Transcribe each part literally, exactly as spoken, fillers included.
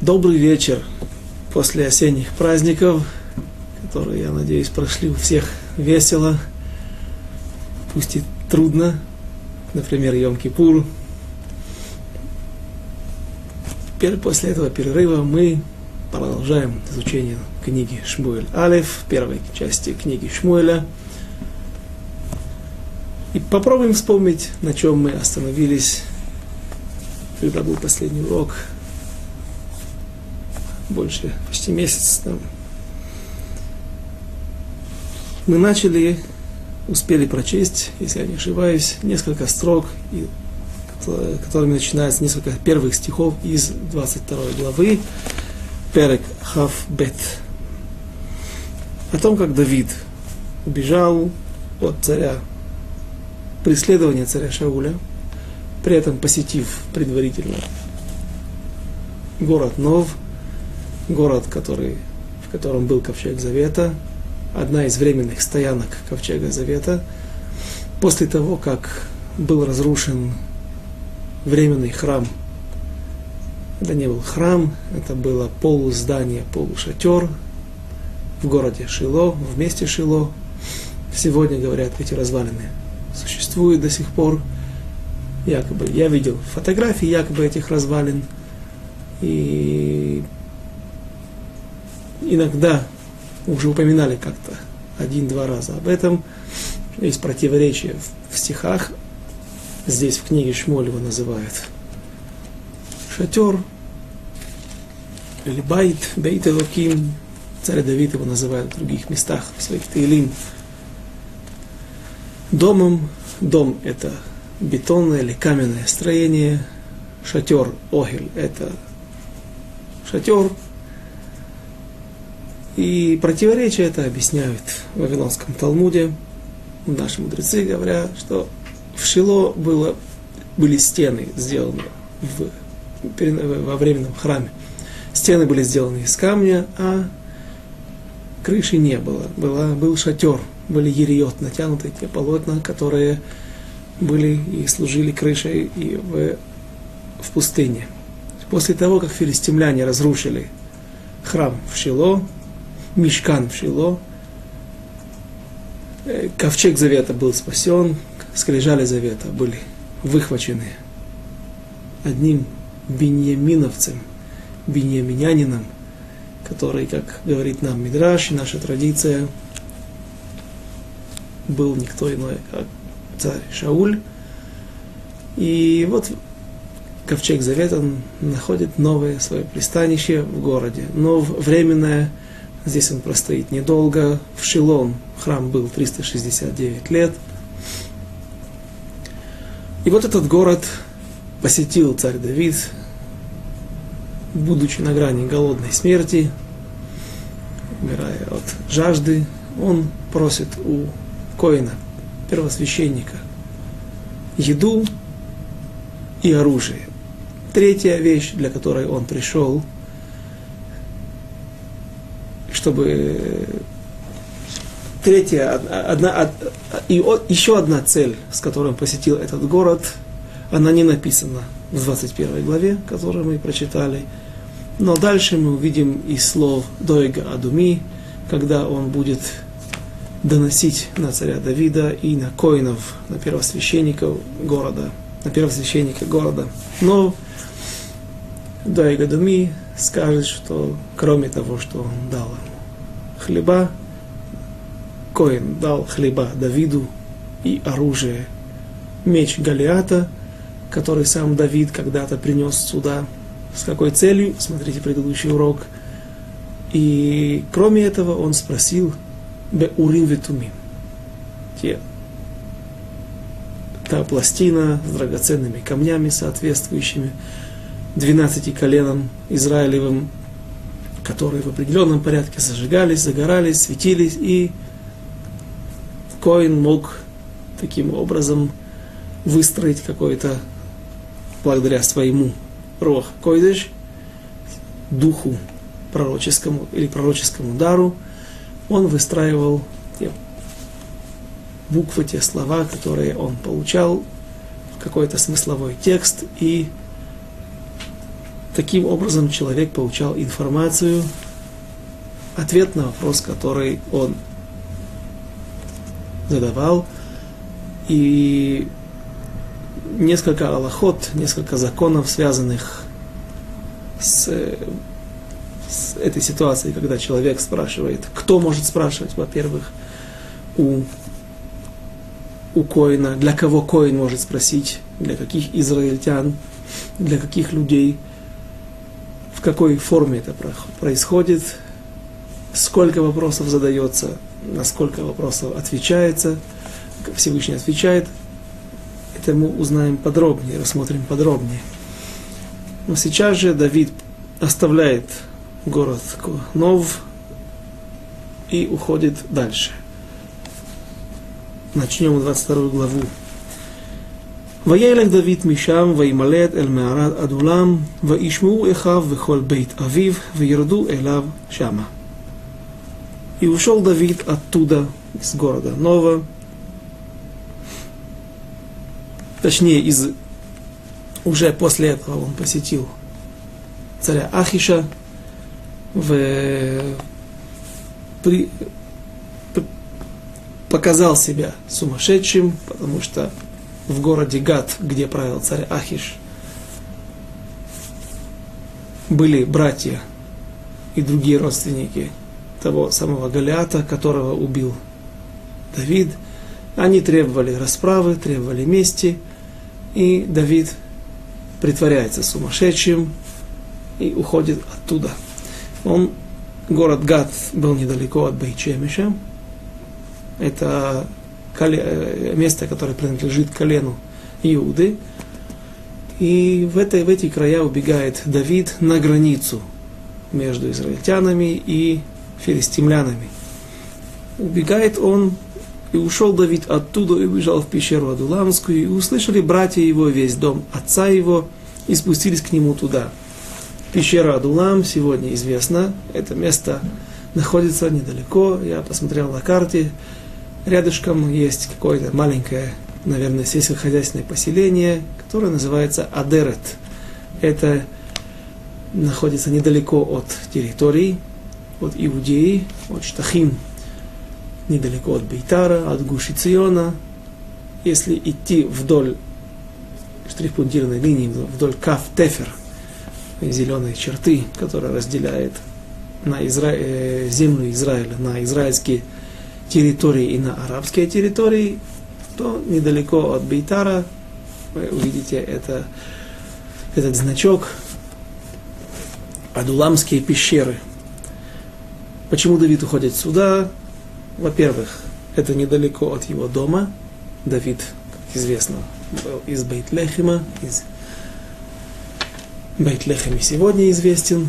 Добрый вечер после осенних праздников, которые, я надеюсь, прошли у всех весело, пусть и трудно, например, Йом-Кипур. Теперь после этого перерыва мы продолжаем изучение книги Шмуэль Алеф, первой части книги Шмуэля. И попробуем вспомнить, на чем мы остановились, когда был последний урок. Больше, почти месяц там. Мы начали, успели прочесть, если я не ошибаюсь, несколько строк, которыми начинаются несколько первых стихов из двадцать второй главы, Перек Хав Бет. О том, как Давид убежал от царя, преследования царя Шауля, при этом посетив предварительно город Нов, город, который, в котором был ковчег Завета, одна из временных стоянок ковчега Завета. После того, как был разрушен временный храм, это не был храм, это было полуздание, полушатер в городе Шило, в месте Шило. Сегодня, говорят, эти развалины существуют до сих пор. Якобы я видел фотографии якобы этих развалин, и иногда уже упоминали как-то один-два раза об этом. Есть противоречия в стихах. Здесь в книге Шмуэль его называют шатер или байт, бейт элоким. Царь Давид его называет в других местах, в своих теилим, домом. Дом — это бетонное или каменное строение. Шатер, огель — это шатер. И противоречия это объясняют в Вавилонском Талмуде. Наши мудрецы говорят, что в Шило было, были стены сделаны в, во временном храме. Стены были сделаны из камня, а крыши не было. Была, был шатер, были ериот, натянутые те полотна, которые были и служили крышей и в, в пустыне. После того, как филистимляне разрушили храм в Шило, Мишкан в Шило, ковчег Завета был спасен, скрижали Завета были выхвачены одним биньяминовцем, биньяминянином, который, как говорит нам Мидраш, наша традиция, был никто иной, как царь Шауль. И вот ковчег Завета находит новое свое пристанище в городе, но временное. Здесь он простоит недолго. В Шило храм был триста шестьдесят девять лет. И вот этот город посетил царь Давид, будучи на грани голодной смерти, умирая от жажды. Он просит у коэна, первосвященника, еду и оружие. Третья вещь, для которой он пришел, чтобы третья, одна, и еще одна цель, с которой он посетил этот город, она не написана в двадцать первой главе, которую мы прочитали, но дальше мы увидим из слов Доега Адуми, когда он будет доносить на царя Давида и на коинов, на первосвященников города, на первосвященника города. Но Доег Адуми скажет, что кроме того, что он дал ему хлеба, коэн дал хлеба Давиду и оружие, меч Голиата, который сам Давид когда-то принес сюда. С какой целью? Смотрите предыдущий урок. И кроме этого он спросил бе урим ветумим, те, та пластина с драгоценными камнями, соответствующими двенадцати коленам Израилевым, которые в определенном порядке зажигались, загорались, светились, и коэн мог таким образом выстроить какой-то, благодаря своему руах койдеш, духу пророческому или пророческому дару, он выстраивал те буквы, те слова, которые он получал, какой-то смысловой текст, и таким образом человек получал информацию, ответ на вопрос, который он задавал, и несколько алахот, несколько законов, связанных с, с этой ситуацией, когда человек спрашивает, кто может спрашивать, во-первых, у, у коина, для кого коин может спросить, для каких израильтян, для каких людей, в какой форме это происходит, сколько вопросов задается, на сколько вопросов отвечается, Всевышний отвечает. Это мы узнаем подробнее, рассмотрим подробнее. Но сейчас же Давид оставляет город Нов и уходит дальше. Начнем двадцать вторую главу. וילך דוד משם וימלט אל מערת אדולם וישמעו אחיו וכל בית אביו וירדו אליו שמה. И ушел Давид оттуда, из города Нова, точнее, из, уже после этого он посетил царя Ахиша, в, при, п, показал себя сумасшедшим, потому что в городе Гат, где правил царь Ахиш, были братья и другие родственники того самого Голиата, которого убил Давид. Они требовали расправы, требовали мести, и Давид притворяется сумасшедшим и уходит оттуда. Он, город Гат был недалеко от Бейт-Шемеша. Это место, которое принадлежит колену Иуды. И в, этой, в эти края убегает Давид на границу между израильтянами и филистимлянами. Убегает он, и ушел Давид оттуда, и убежал в пещеру Адуламскую, и услышали братья его, весь дом отца его, и спустились к нему туда. Пещера Адулам сегодня известна, это место находится недалеко, я посмотрел на карте, рядышком есть какое-то маленькое, наверное, сельскохозяйственное поселение, которое называется Адерет. Это находится недалеко от территории, от Иудеи, от Штахим, недалеко от Бейтара, от Гуши Циона. Если идти вдоль штрих-пунктирной линии, вдоль Кав-Тефер, зеленой черты, которая разделяет на Изра... землю Израиля на израильские территории и на арабские территории, то недалеко от Бейтара вы увидите это, этот значок Адуламские пещеры. Почему Давид уходит сюда? Во-первых, это недалеко от его дома. Давид, как известно, был из Бейт-Лехема, из Бейт-Лехем сегодня известен,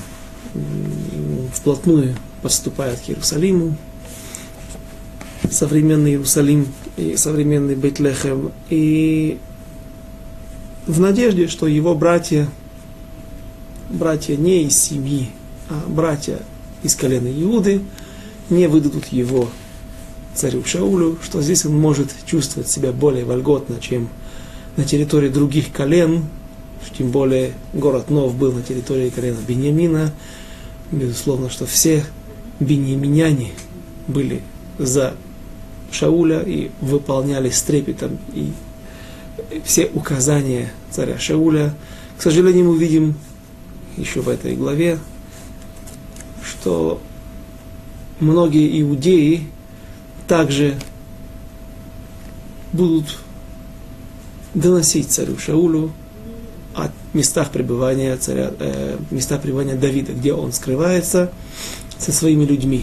вплотную подступает к Иерусалиму, современный Иерусалим и современный Бейт-Лехем, и в надежде, что его братья, братья не из семьи, а братья из колена Иуды, не выдадут его царю Шаулю, что здесь он может чувствовать себя более вольготно, чем на территории других колен, тем более город Нов был на территории колена Биньямина. Безусловно, что все биньяминяне были за Шауля и выполняли с трепетом и все указания царя Шауля. К сожалению, мы видим еще в этой главе, что многие иудеи также будут доносить царю Шаулю о местах пребывания царя, э, местах пребывания Давида, где он скрывается со своими людьми.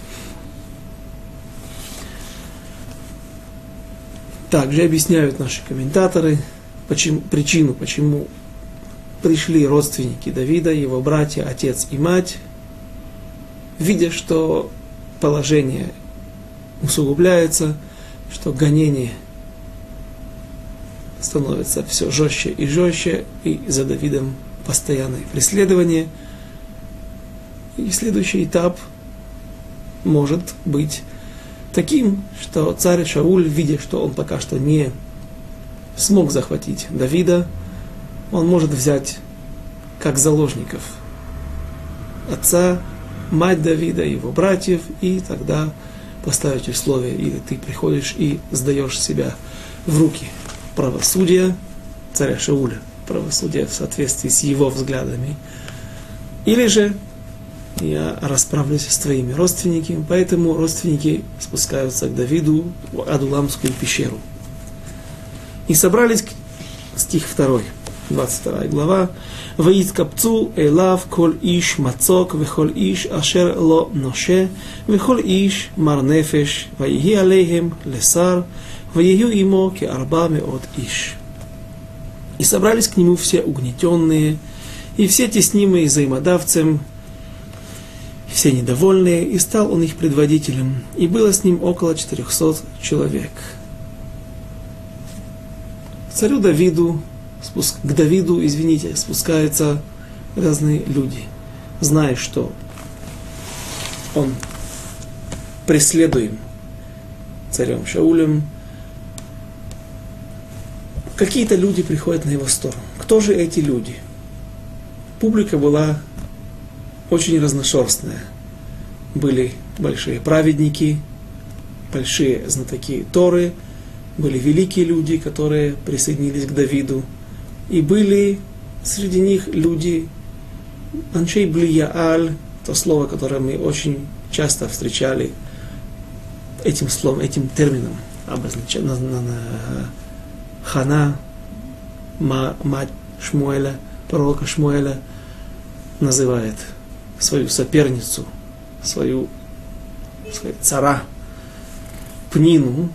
Также объясняют наши комментаторы почему, причину, почему пришли родственники Давида, его братья, отец и мать, видя, что положение усугубляется, что гонение становится все жестче и жестче, и за Давидом постоянное преследование. И следующий этап может быть таким, что царь Шауль, видя, что он пока что не смог захватить Давида, он может взять как заложников. Отца, мать Давида, его братьев, и тогда поставить условия, или ты приходишь и сдаешь себя в руки правосудия царя Шауля, правосудия в соответствии с его взглядами, или же я расправлюсь с твоими родственниками. Поэтому родственники спускаются к Давиду в Адулламскую пещеру. И собрались, стих второй, двадцать вторая глава, «Ваиткапцу элав коль иш мацок, вехоль иш ашер ло ноше, вехоль иш мар нефеш, ваиги алейхем лесар, ваию имо ке арба меот иш». И собрались к нему все угнетенные, и все теснимые взаимодавцем, все недовольные, и стал он их предводителем, и было с ним около четырехсот человек. К царю Давиду, к Давиду, извините, спускаются разные люди, зная, что он преследуем царем Шаулем. Какие-то люди приходят на его сторону. Кто же эти люди? Публика была очень разношерстная. Были большие праведники, большие знатоки Торы, были великие люди, которые присоединились к Давиду, и были среди них люди аншей блияаль, то слово, которое мы очень часто встречали этим словом, этим термином, обозначено Хана, мать Шмуэля, пророка Шмуэля, называет свою соперницу, свою, свою цара Пнину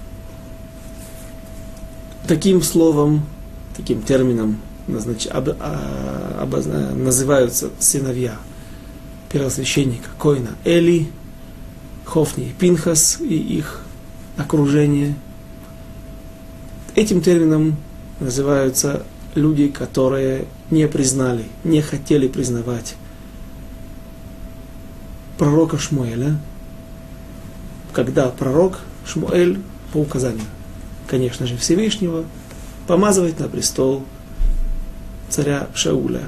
таким словом, таким термином назнач... об... об... называются сыновья первосвященника Коина Эли, Хофни и Пинхас и их окружение. Этим термином называются люди, которые не признали, не хотели признавать пророка Шмуэля, когда пророк Шмуэль по указанию, конечно же, Всевышнего, помазывает на престол царя Шауля.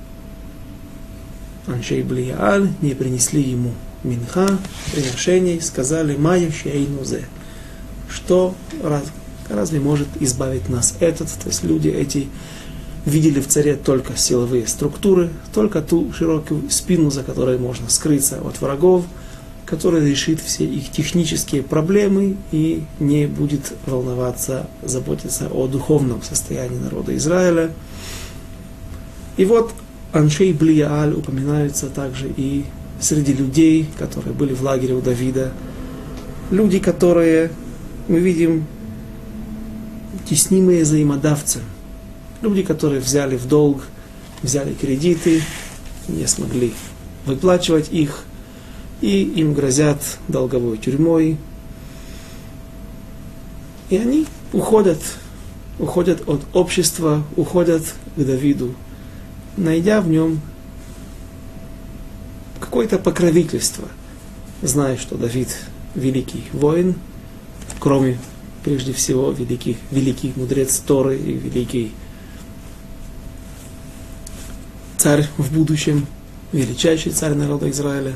Аншей Блияаль не принесли ему минха, приношений, сказали «Майя шейнузе», что раз, разве может избавить нас этот, то есть люди эти видели в царе только силовые структуры, только ту широкую спину, за которой можно скрыться от врагов, который решит все их технические проблемы и не будет волноваться, заботиться о духовном состоянии народа Израиля. И вот Аншей Блияаль упоминаются также и среди людей, которые были в лагере у Давида. Люди, которые, мы видим, теснимые взаимодавцы. Люди, которые взяли в долг, взяли кредиты, не смогли выплачивать их, и им грозят долговой тюрьмой. И они уходят, уходят от общества, уходят к Давиду, найдя в нем какое-то покровительство, зная, что Давид великий воин, кроме, прежде всего, великий, великий мудрец Торы и великий царь в будущем, величайший царь народа Израиля.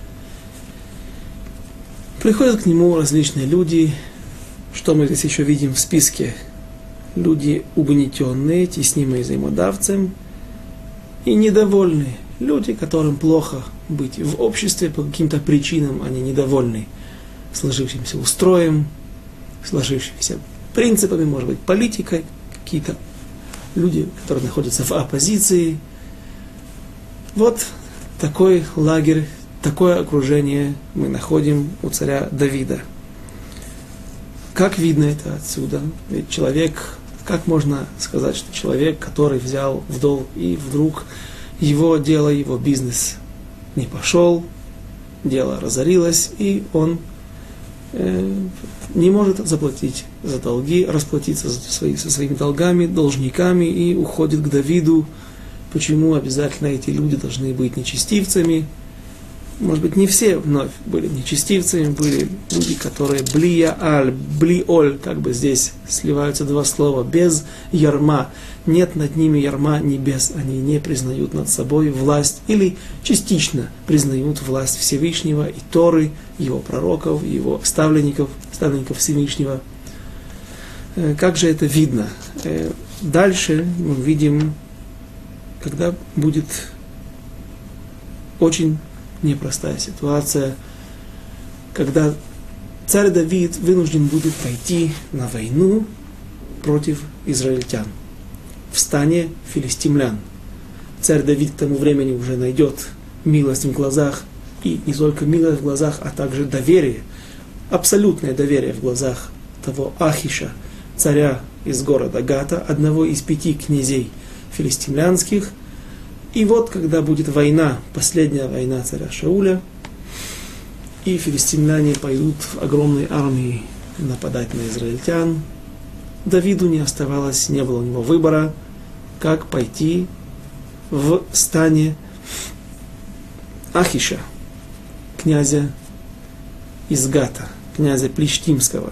Приходят к нему различные люди, что мы здесь еще видим в списке. Люди угнетенные, теснимые взаимодавцем и недовольные. Люди, которым плохо быть в обществе, по каким-то причинам они недовольны сложившимся устроем, сложившимися принципами, может быть, политикой, какие-то люди, которые находятся в оппозиции. Вот такой лагерь, такое окружение мы находим у царя Давида. Как видно это отсюда? Ведь человек, как можно сказать, что человек, который взял в долг и вдруг его дело, его бизнес не пошел, дело разорилось, и он э, не может заплатить за долги, расплатиться за свои, со своими долгами, должниками, и уходит к Давиду. Почему обязательно эти люди должны быть нечестивцами? может быть, не все вновь были нечестивцами, были люди, которые блия аль, блиоль, как бы здесь сливаются два слова, без ярма. Нет над ними ярма небес, они не признают над собой власть или частично признают власть Всевышнего и Торы, его пророков, его ставленников, ставленников Всевышнего. Как же это видно? Дальше мы видим, когда будет очень непростая ситуация, когда царь Давид вынужден будет пойти на войну против израильтян в стане филистимлян. Царь Давид к тому времени уже найдет милость в глазах, и не только милость в глазах, а также доверие, абсолютное доверие в глазах того Ахиша, царя из города Гата, одного из пяти князей филистимлянских. И вот, когда будет война, последняя война царя Шауля, и филистимляне пойдут в огромной армии нападать на израильтян, Давиду не оставалось, не было у него выбора, как пойти в стане Ахиша, князя из Гата, князя Плештимского.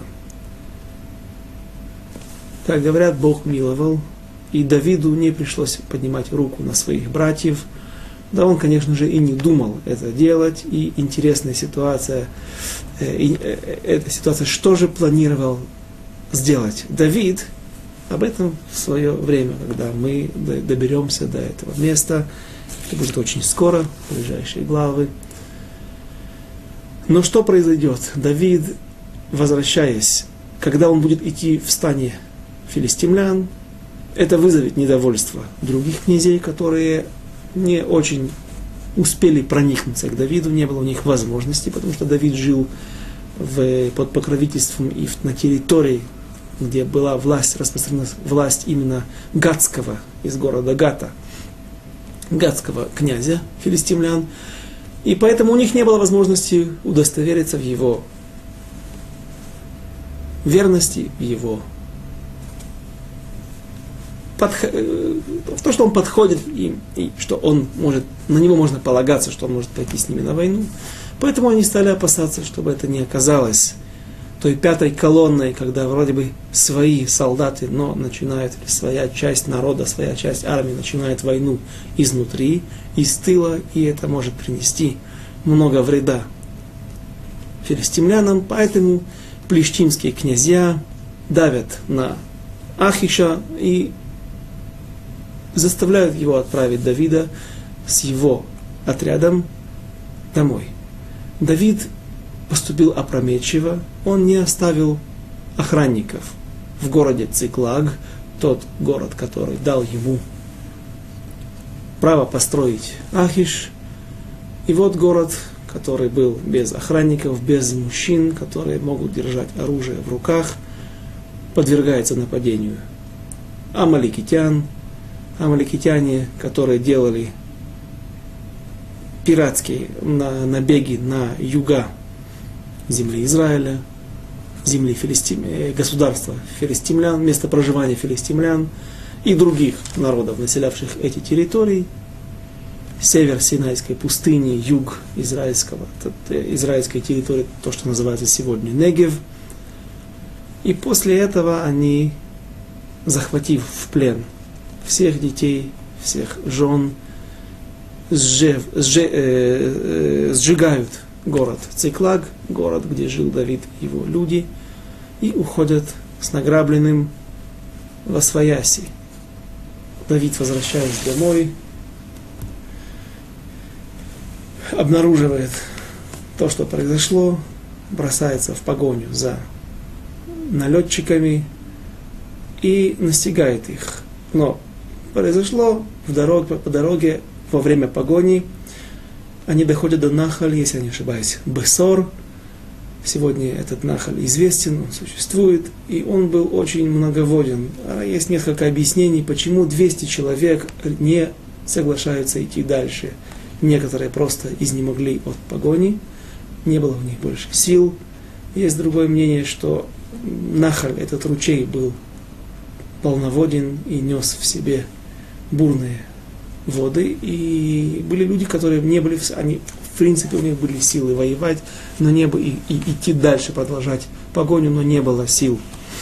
Как говорят, Бог миловал, и Давиду не пришлось поднимать руку на своих братьев. Да он, конечно же, и не думал это делать. И интересная ситуация, э, э, эта ситуация, что же планировал сделать Давид, об этом в свое время, когда мы доберемся до этого места. Это будет очень скоро, в ближайшие главы. Но что произойдет? Давид, возвращаясь, когда он будет идти в стане филистимлян, это вызовет недовольство других князей, которые не очень успели проникнуться к Давиду, не было у них возможности, потому что Давид жил в, под покровительством и на территории, где была власть, распространена власть именно гатского, из города Гата, гатского князя филистимлян, и поэтому у них не было возможности удостовериться в его верности, в его в то, что он подходит им, и что он может, на него можно полагаться, что он может пойти с ними на войну. Поэтому они стали опасаться, чтобы это не оказалось той пятой колонной, когда вроде бы свои солдаты, но начинают, или своя часть народа, своя часть армии начинает войну изнутри, из тыла, и это может принести много вреда филистимлянам. Поэтому плештимские князья давят на Ахиша и заставляют его отправить Давида с его отрядом домой. Давид поступил опрометчиво, он не оставил охранников в городе Циклаг, тот город, который дал ему право построить Ахиш. И вот город, который был без охранников, без мужчин, которые могут держать оружие в руках, подвергается нападению амаликитян. Амаликитяне, которые делали пиратские набеги на юга земли Израиля, земли филистим... государства филистимлян, место проживания филистимлян и других народов, населявших эти территории, север Синайской пустыни, юг израильского, израильской территории, то, что называется сегодня Негев. И после этого они, захватив в плен всех детей, всех жен, сжев, сже, э, э, сжигают город Циклаг, город, где жил Давид и его люди, и уходят с награбленным восвояси. Давид, возвращаясь домой, обнаруживает то, что произошло, бросается в погоню за налетчиками и настигает их. Но произошло в дороге, по дороге во время погони. Они доходят до Нахаль, если я не ошибаюсь, Бесор. Сегодня этот Нахаль известен, он существует, и он был очень многоводен. А есть несколько объяснений, почему двести человек не соглашаются идти дальше. Некоторые просто изнемогли от погони, не было в них больше сил. Есть другое мнение, что Нахаль, этот ручей, был полноводен и нес в себе бурные воды, и были люди, которые не были, они в принципе, у них были силы воевать, но не было, и, и идти дальше, продолжать погоню, но не было сил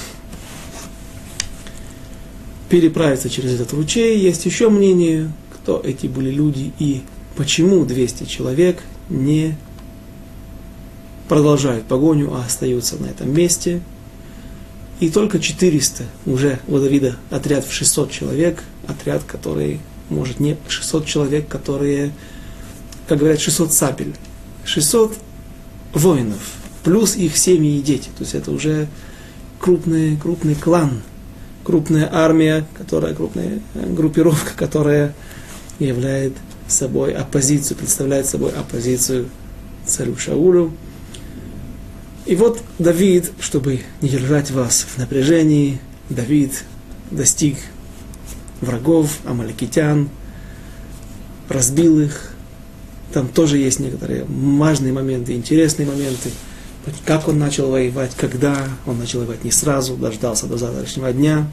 переправиться через этот ручей. Есть еще мнение, кто эти были люди и почему двести человек не продолжают погоню, а остаются на этом месте. И только четыреста, уже у Давида отряд в шестьсот человек, отряд, который, может, не шестьсот человек, которые, как говорят, шестьсот сапель, шестьсот воинов, плюс их семьи и дети. То есть это уже крупный, крупный клан, крупная армия, которая, крупная группировка, которая является собой оппозицию, представляет собой оппозицию царю Шаулю. И вот Давид, чтобы не держать вас в напряжении, Давид достиг врагов, амаликитян, разбил их. Там тоже есть некоторые важные моменты, интересные моменты. Как он начал воевать, когда он начал воевать не сразу, дождался до завтрашнего дня.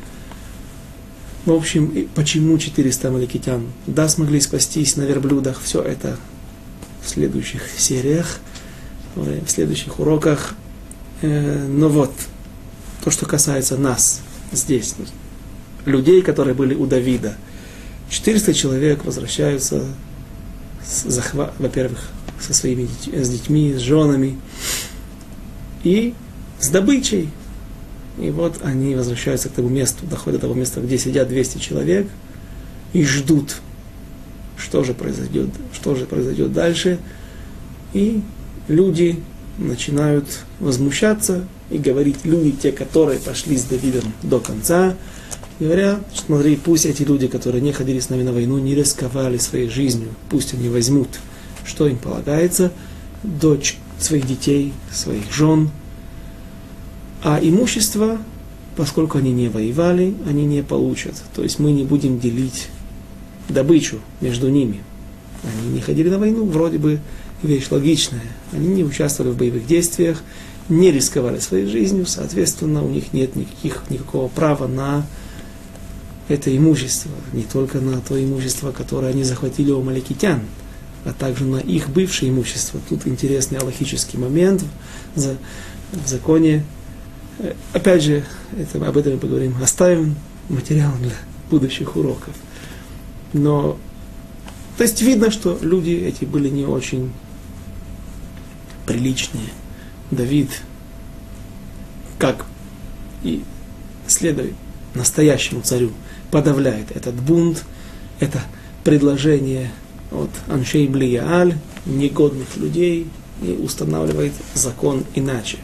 В общем, почему четыреста амаликитян да смогли спастись на верблюдах, все это в следующих сериях, в следующих уроках. Но вот, то, что касается нас здесь, людей, которые были у Давида. четыреста человек возвращаются, с захва... во-первых, со своими детьми, с детьми, с женами и с добычей. И вот они возвращаются к тому месту, доходят до того места, где сидят двести человек и ждут, что же произойдет, что же произойдет дальше. И люди начинают возмущаться и говорить, люди, те, которые пошли с Давидом до конца, говорят, смотри, пусть эти люди, которые не ходили с нами на войну, не рисковали своей жизнью, пусть они возьмут, что им полагается, дочь своих детей, своих жен, а имущество, поскольку они не воевали, они не получат. То есть мы не будем делить добычу между ними. Они не ходили на войну, вроде бы вещь логичная. Они не участвовали в боевых действиях, не рисковали своей жизнью, соответственно, у них нет никаких, никакого права на это имущество. Не только на то имущество, которое они захватили у амаликитян, а также на их бывшее имущество. Тут интересный алахический момент в законе. Опять же, это, об этом мы поговорим. Оставим материал для будущих уроков. Но, то есть видно, что люди эти были не очень приличные. Давид, как и следует настоящему царю, подавляет этот бунт, это предложение от Аншей Блияаль, негодных людей, и устанавливает закон иначе.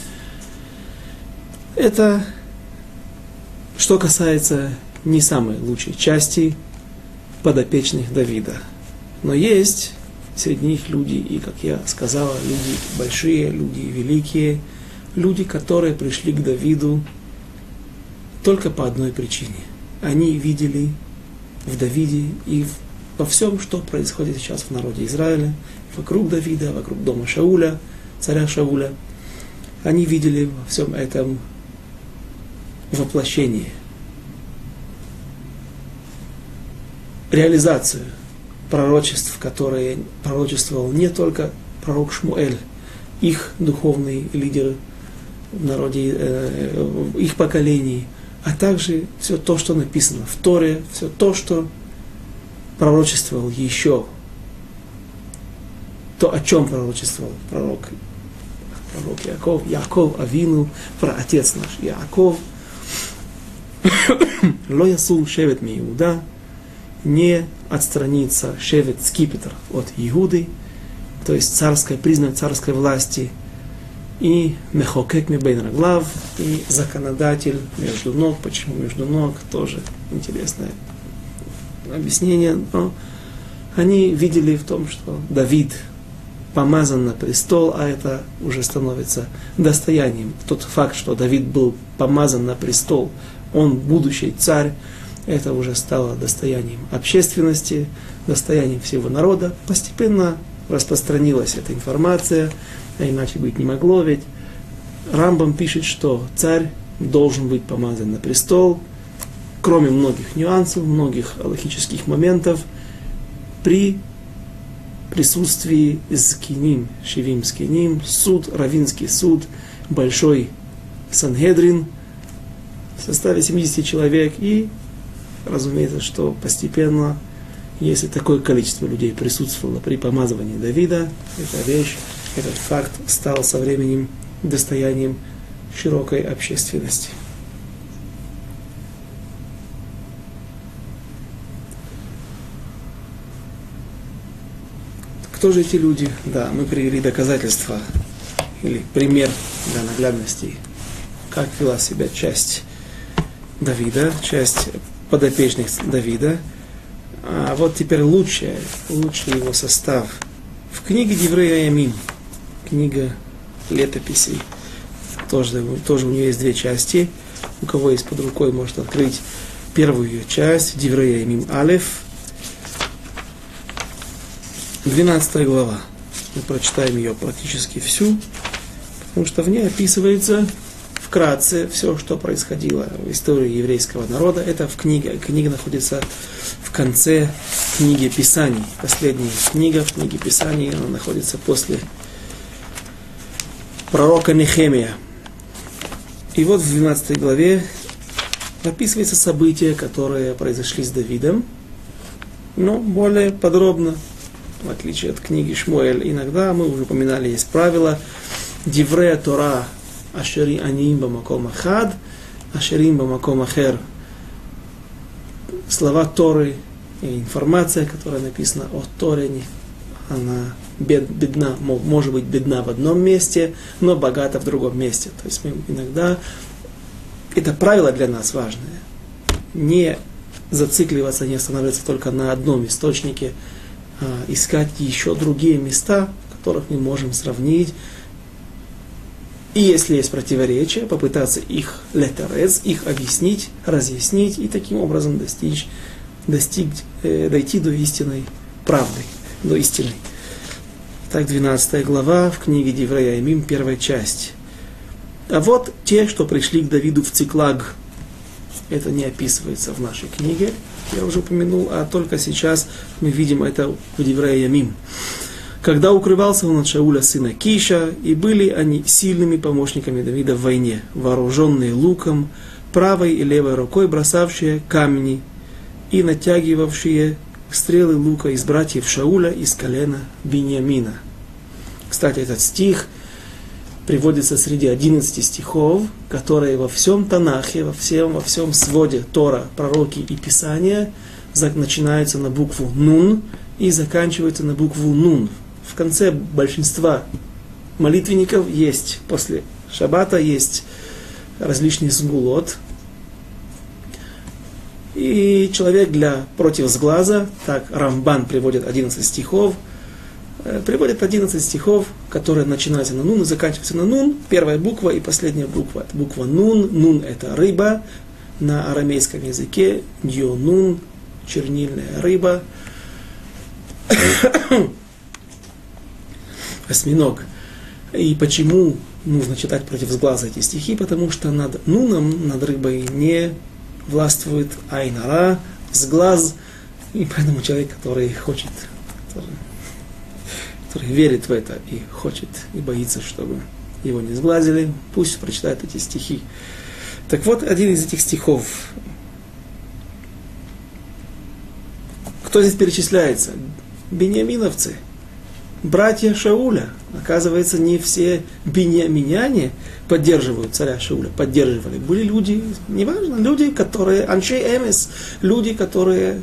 Это что касается не самой лучшей части подопечных Давида. Но есть среди них люди, и, как я сказала, люди большие, люди великие, люди, которые пришли к Давиду только по одной причине. Они видели в Давиде и в, во всем, что происходит сейчас в народе Израиля, вокруг Давида, вокруг дома Шауля, царя Шауля. Они видели во всем этом воплощение, реализацию пророчеств, которые пророчествовал не только пророк Шмуэль, их духовный лидер в народе, э, в их поколении, а также все то, что написано в Торе, все то, что пророчествовал еще, то, о чем пророчествовал пророк, пророк Яков, Яков Авину, про отец наш Яков. Ло ясул шевет ми Иуда, не отстранится шевет скипетр от Иуды, то есть царской, признак царской власти, и мехокек ми бейн раглав, и законодатель между ног. Почему между ног? Тоже интересное объяснение. Но они видели в том, что Давид помазан на престол, а это уже становится достоянием. Тот факт, что Давид был помазан на престол, он будущий царь, это уже стало достоянием общественности, достоянием всего народа. Постепенно распространилась эта информация, а иначе быть не могло, ведь Рамбам пишет, что царь должен быть помазан на престол, кроме многих нюансов, многих алахических моментов, при присутствии зкиним, шивим скиним, суд, равинский суд, большой Сангедрин в составе семидесяти человек. И, разумеется, что постепенно, если такое количество людей присутствовало при помазывании Давида, эта вещь, этот факт стал со временем достоянием широкой общественности. Кто же эти люди? Да, мы привели доказательства или пример для наглядности, как вела себя часть Давида, часть подопечных Давида. А вот теперь лучшее, лучший его состав. В книге Деврей Ямим, книга летописей, тоже, тоже у нее есть две части. У кого есть под рукой, может открыть первую ее часть, Деврей Ямим Алеф, двенадцатая глава. Мы прочитаем ее практически всю, потому что в ней описывается вкратце все, что происходило в истории еврейского народа. Это в книге. Книга находится в конце книги Писаний. Последняя книга в книге Писаний, она находится после пророка Нехемия. И вот в двенадцатой главе описываются события, которые произошли с Давидом, но более подробно. В отличие от книги Шмуэль, иногда, мы уже упоминали, есть правило Диврея Тора Ашери Аниим Бамаком Ахад, Ашерим Бамаком Ахер. Слова Торы и информация, которая написана о Торе, она бед, бедна, может быть бедна в одном месте, но богата в другом месте. То есть мы иногда, это правило для нас важное, не зацикливаться, не останавливаться только на одном источнике, искать еще другие места, которых мы можем сравнить. И если есть противоречия, попытаться их летерез, их объяснить, разъяснить и таким образом достичь, достичь, э, дойти до истинной правды, до истины. Так, двенадцатая глава в книге Деврей Ямим, первая часть. А вот те, что пришли к Давиду в Циклаг. Это не описывается в нашей книге, я уже упомянул, а только сейчас мы видим это в Деврей Ямим. Когда укрывался он от Шауля сына Киша, и были они сильными помощниками Давида в войне, вооруженные луком, правой и левой рукой бросавшие камни и натягивавшие стрелы лука из братьев Шауля из колена Биньямина. Кстати, этот стих приводится среди одиннадцати стихов, которые во всем Танахе, во всем, во всем своде Тора, пророки и Писания начинаются на букву Нун и заканчиваются на букву Нун. В конце большинства молитвенников есть, после Шаббата есть различные сгулот. И человек для против сглаза, так Рамбан приводит одиннадцать стихов, приводит одиннадцать стихов, которые начинаются на нун и заканчиваются на нун. Первая буква и последняя буква. Это буква нун. Нун это рыба. На арамейском языке дьонун, чернильная рыба. Осьминог. И почему нужно читать против сглаза эти стихи? Потому что над нуном, над рыбой не властвует айнара, сглаз. И поэтому человек, который хочет, который который верит в это и хочет, и боится, чтобы его не сглазили, пусть прочитает эти стихи. Так вот, один из этих стихов. Кто здесь перечисляется? Биньяминовцы, братья Шауля. Оказывается, не все биньяминяне поддерживают царя Шауля, поддерживали. Были люди, неважно, люди, которые, аншей эмес, люди, которые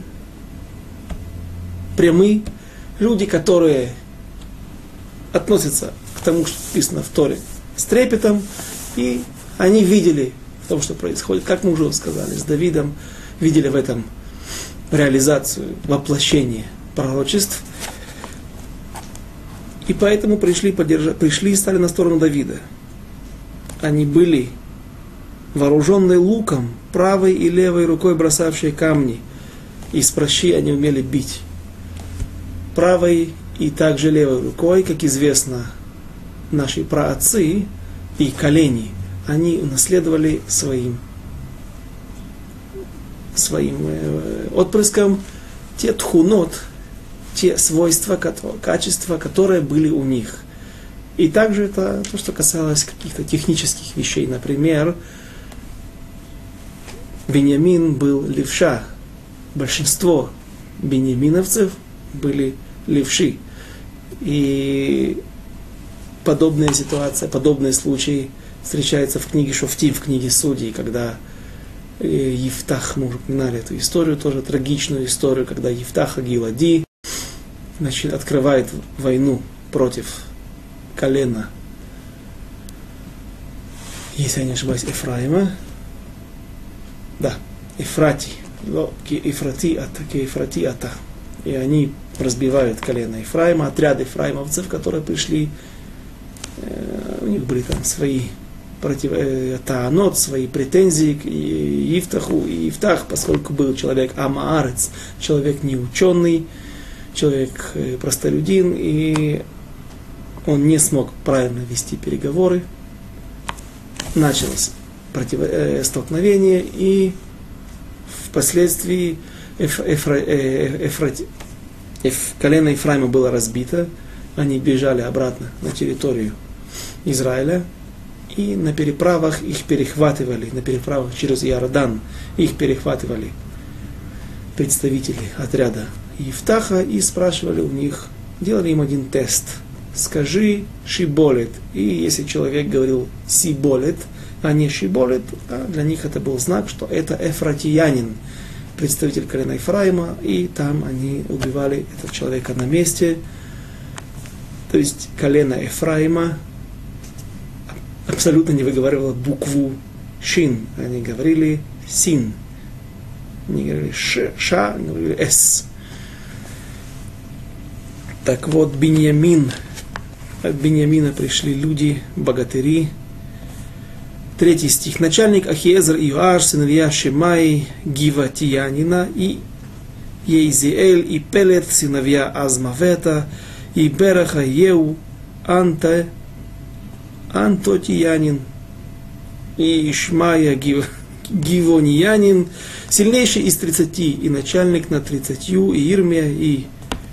прямы, люди, которые относятся к тому, что написано в Торе, с трепетом, и они видели в том, что происходит, как мы уже сказали, с Давидом, видели в этом реализацию, воплощение пророчеств, и поэтому пришли, поддержать, пришли и стали на сторону Давида. Они были вооруженные луком, правой и левой рукой бросавшие камни, и с пращи они умели бить. Правой и также левой рукой, как известно, наши праотцы и колени, они унаследовали своим, своим э, отпрыском те тхунот, те свойства, качества, которые были у них. И также это то, что касалось каких-то технических вещей. Например, Биньямин был левша. Большинство биньяминовцев были левши. И подобная ситуация, подобные случаи встречаются в книге Шофтим, в книге Судей, когда Ифтах, мы уже упоминали эту историю, тоже трагичную историю, когда Ифтах Агилади, значит, открывает войну против колена, если я не ошибаюсь, Ефраима. Да, Ефрати, Ефрати ата, Ефрати ата. И они разбивают колено Ефраима, отряд ефраимовцев, которые пришли, э, у них были там свои против, э, таанот, свои претензии к Ифтаху. И Ифтах, поскольку был человек амаарец, человек неученый, человек э, простолюдин, и он не смог правильно вести переговоры, началось против, э, столкновение, и впоследствии Эф, Эфра, э, Эфрати, Эф, колено Ефраима было разбито, они бежали обратно на территорию Израиля, и на переправах их перехватывали, на переправах через Иордан их перехватывали представители отряда Ифтаха и спрашивали у них, делали им один тест. Скажи шиболет. И если человек говорил сиболет, а не шиболет, а для них это был знак, что это эфратиянин, представитель колена Ефраима, и там они убивали этого человека на месте. То есть колено Ефраима абсолютно не выговаривало букву шин, они говорили син, не говорили ш, ша, они говорили с. Так вот, Биньямин, от Биньямина пришли люди, богатыри. Третий стих. Начальник Ахиезер и Иоаш, сыновья Шемай, Гиватиянина, и Ейзиэль, и Пелет, сыновья Азмавета, и Бераха, Еу, Анте, Антотиянин, и Ишмая, Гив, Гивониянин, сильнейший из тридцати, и начальник над тридцатью, и Ирмия, и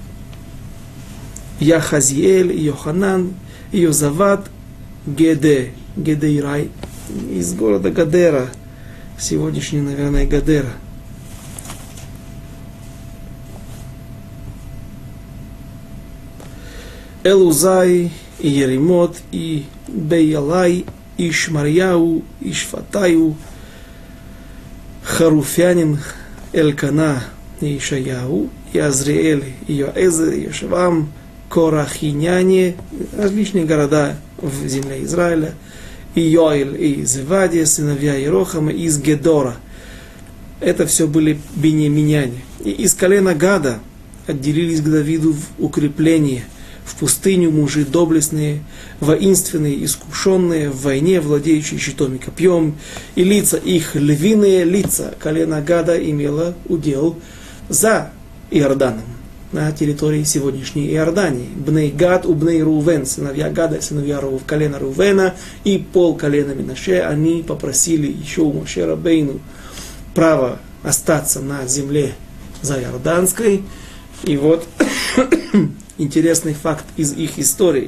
Яхазиэль, и Йоханан, и Йозават, Геде, Гедейрай, из города Гадера, сегодняшний, наверное, Гадера. Элузай, и Еремот, и Бейялай, и Шмарьяу, и Шфатаю, Харуфянин, Элькана, и Ишаяу, и Азриэль, и Йоэзер, и Йошевам, Корахиняне, различные города в земле Израиля, и Йоэль, и Зевадия, сыновья Ерохама, и из Гедора. Это все были биньяминяне. И из колена Гада отделились к Давиду в укрепление, в пустыню мужи доблестные, воинственные, искушенные, в войне, владеющие щитом и копьем, и лица их, львиные лица, колено Гада имело удел за Иорданом, на территории сегодняшней Иордании. Бней Гад у Бней Рувен, сыновья Гада, сыновья Рув, колена Рувена и пол колена Минаше, они попросили еще у Моше Рабейну право остаться на земле заиорданской. И вот интересный факт из их истории.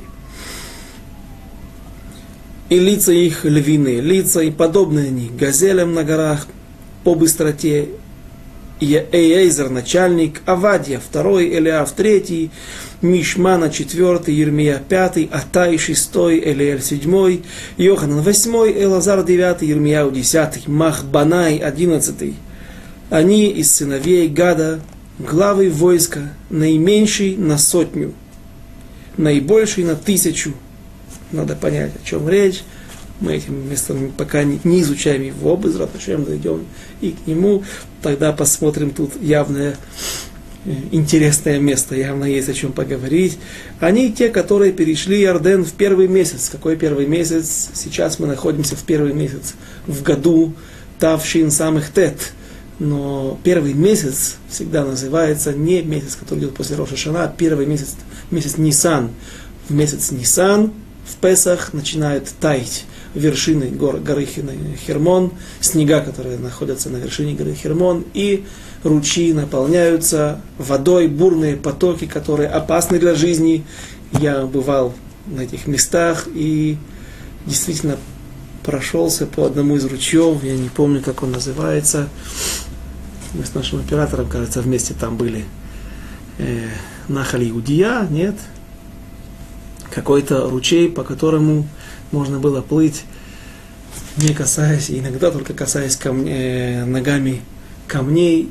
И лица их львиные лица, и подобные они газелям на горах по быстроте. Эйзер начальник, Авадья второй, Элиав третий, Мишмана четвертый, Ермия пятый, Атай шестой, Элиэль седьмой, Йоханан восьмой, Элазар девятый, Ермияу десятый, Махбанай одиннадцатый. Они из сыновей Гада, главы войска, наименьший на сотню, наибольший на тысячу. Надо понять, о чем речь. Мы этим местом пока не, не изучаем его, без раташем дойдем и к нему, тогда посмотрим, тут явное интересное место, явно есть о чем поговорить. Они те, которые перешли Иорден в первый месяц. Какой первый месяц? Сейчас мы находимся в первый месяц в году Тавшин самых Тет. Но первый месяц всегда называется не месяц, который идет после Рош ха-Шана, а первый месяц, месяц Нисан. В месяц Нисан в Песах начинают таять вершины гор, горы Хермон, снега, которые находятся на вершине горы Хермон, и ручьи наполняются водой, бурные потоки, которые опасны для жизни. Я бывал на этих местах и действительно прошелся по одному из ручьев, я не помню, как он называется. Мы с нашим оператором, кажется, вместе там были. Э, Нахаль Иудия, нет? Какой-то ручей, по которому можно было плыть, не касаясь, иногда только касаясь камне, э, ногами камней.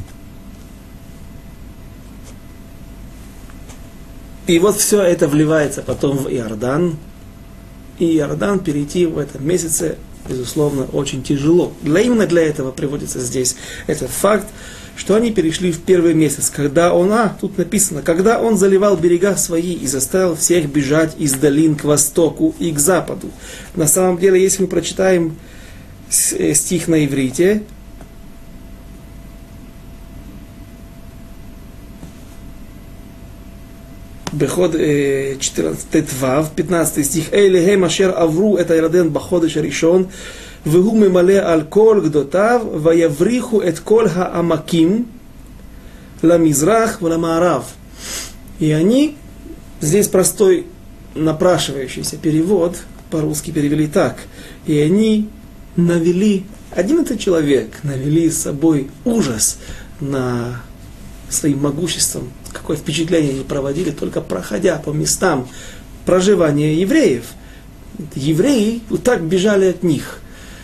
И вот все это вливается потом в Иордан. И Иордан перейти в этом месяце, безусловно, очень тяжело. Для, именно для этого приводится здесь этот факт, что они перешли в первый месяц, когда он, а, тут написано, когда он заливал берега свои и заставил всех бежать из долин к востоку и к западу. На самом деле, если мы прочитаем стих на иврите, Беход четырнадцать Тетвав, пятнадцатый стих. Эйлехем ашер авру это Иордан баходеш аришон, вегу мемале аль кол гдотав, ваявриху эт кол хаамаким ламизрах валамаарав. И они, здесь простой напрашивающийся перевод, по-русски перевели так. И они навели, одиннадцать человек навели с собой ужас на своим могуществом. Какое впечатление они проводили, только проходя по местам проживания евреев. Евреи вот так бежали от них.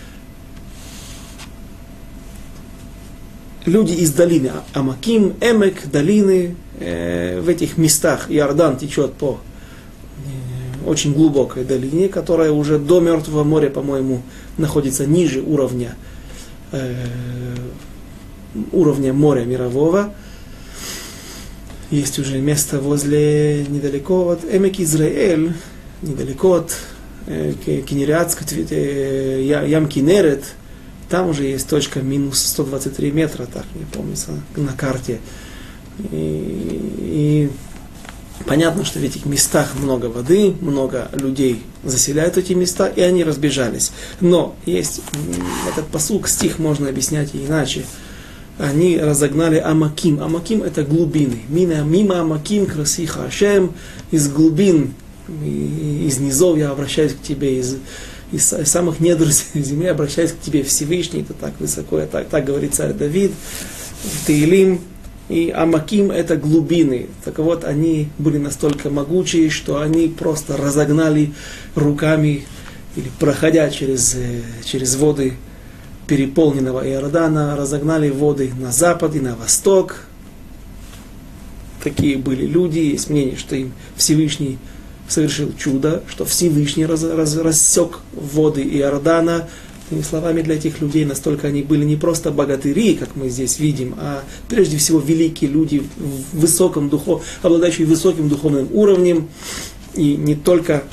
Люди из долины Амаким, Эмек, долины, э, в этих местах Иордан течет по э, очень глубокой долине, которая уже до Мертвого моря, по-моему, находится ниже уровня, э, уровня моря мирового. Есть уже место возле, недалеко от Эмек Израиль, недалеко от э, Кенериатска, э, Ям Кинерет. Там уже есть точка минус сто двадцать три метра, так мне помнится, на карте. И, и понятно, что в этих местах много воды, много людей заселяют эти места, и они разбежались. Но есть этот пасук, стих можно объяснять и иначе. Они разогнали Амаким. Амаким это глубины. Мина, мимо Амаким красиха Ашем. Из глубин, из низов я обращаюсь к тебе, из, из самых недр земли обращаюсь к тебе, Всевышний. Это так высоко, так, так говорит царь Давид в Теилим. И Амаким это глубины. Так вот, они были настолько могучие, что они просто разогнали руками, или проходя через, через воды переполненного Иордана, разогнали воды на запад и на восток. Такие были люди. Есть мнение, что им Всевышний совершил чудо, что Всевышний раз, раз, рассек воды Иордана. Иными словами, для этих людей настолько они были не просто богатыри, как мы здесь видим, а прежде всего великие люди, в высоком духов, обладающие высоким духовным уровнем, и не только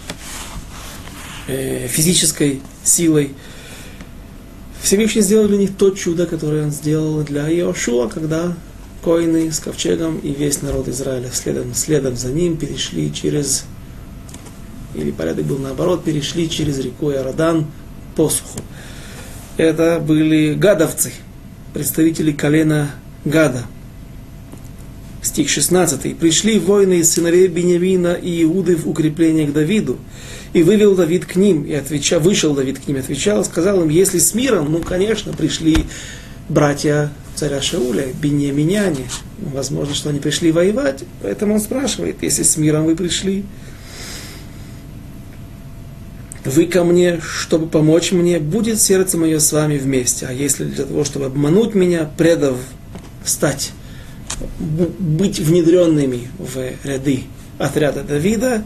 э, физической силой. Всевышний сделал для них то чудо, которое он сделал для Иошуа, когда коины с ковчегом и весь народ Израиля следом, следом за ним перешли через, или порядок был наоборот, перешли через реку Иордан по суху. Это были гадовцы, представители колена Гада. Стих шестнадцатый. «Пришли воины из сыновей Беньямина и Иуды в укрепление к Давиду, и вывел Давид к ним, и отвечал, вышел Давид к ним, отвечал, сказал им, если с миром, ну, конечно, пришли братья царя Шауля, беньяминяне, возможно, что они пришли воевать, поэтому он спрашивает, если с миром вы пришли, вы ко мне, чтобы помочь мне, будет сердце мое с вами вместе, а если для того, чтобы обмануть меня, предав стать, быть внедренными в ряды отряда Давида,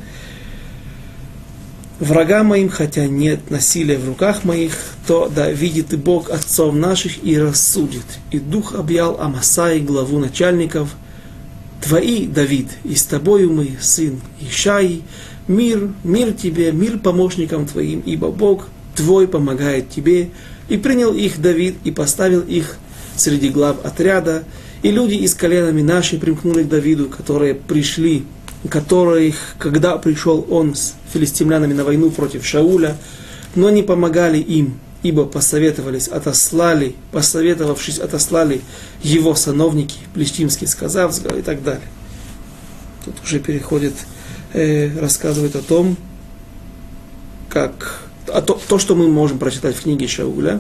врага моим, хотя нет насилия в руках моих, то да видит и Бог отцов наших и рассудит. И дух объял Амасаи, главу начальников, твои, Давид, и с тобою мы, сын Ишай, мир, мир тебе, мир помощникам твоим, ибо Бог твой помогает тебе. И принял их Давид, и поставил их среди глав отряда, и люди из колена Минаши примкнули к Давиду, которые пришли которых, когда пришел он с филистимлянами на войну против Шауля, но не помогали им, ибо посоветовались, отослали, посоветовавшись, отослали его сановники, плештимские, сказав, и так далее. Тут уже переходит, э, рассказывает о том, как, а то, то, что мы можем прочитать в книге Шауля.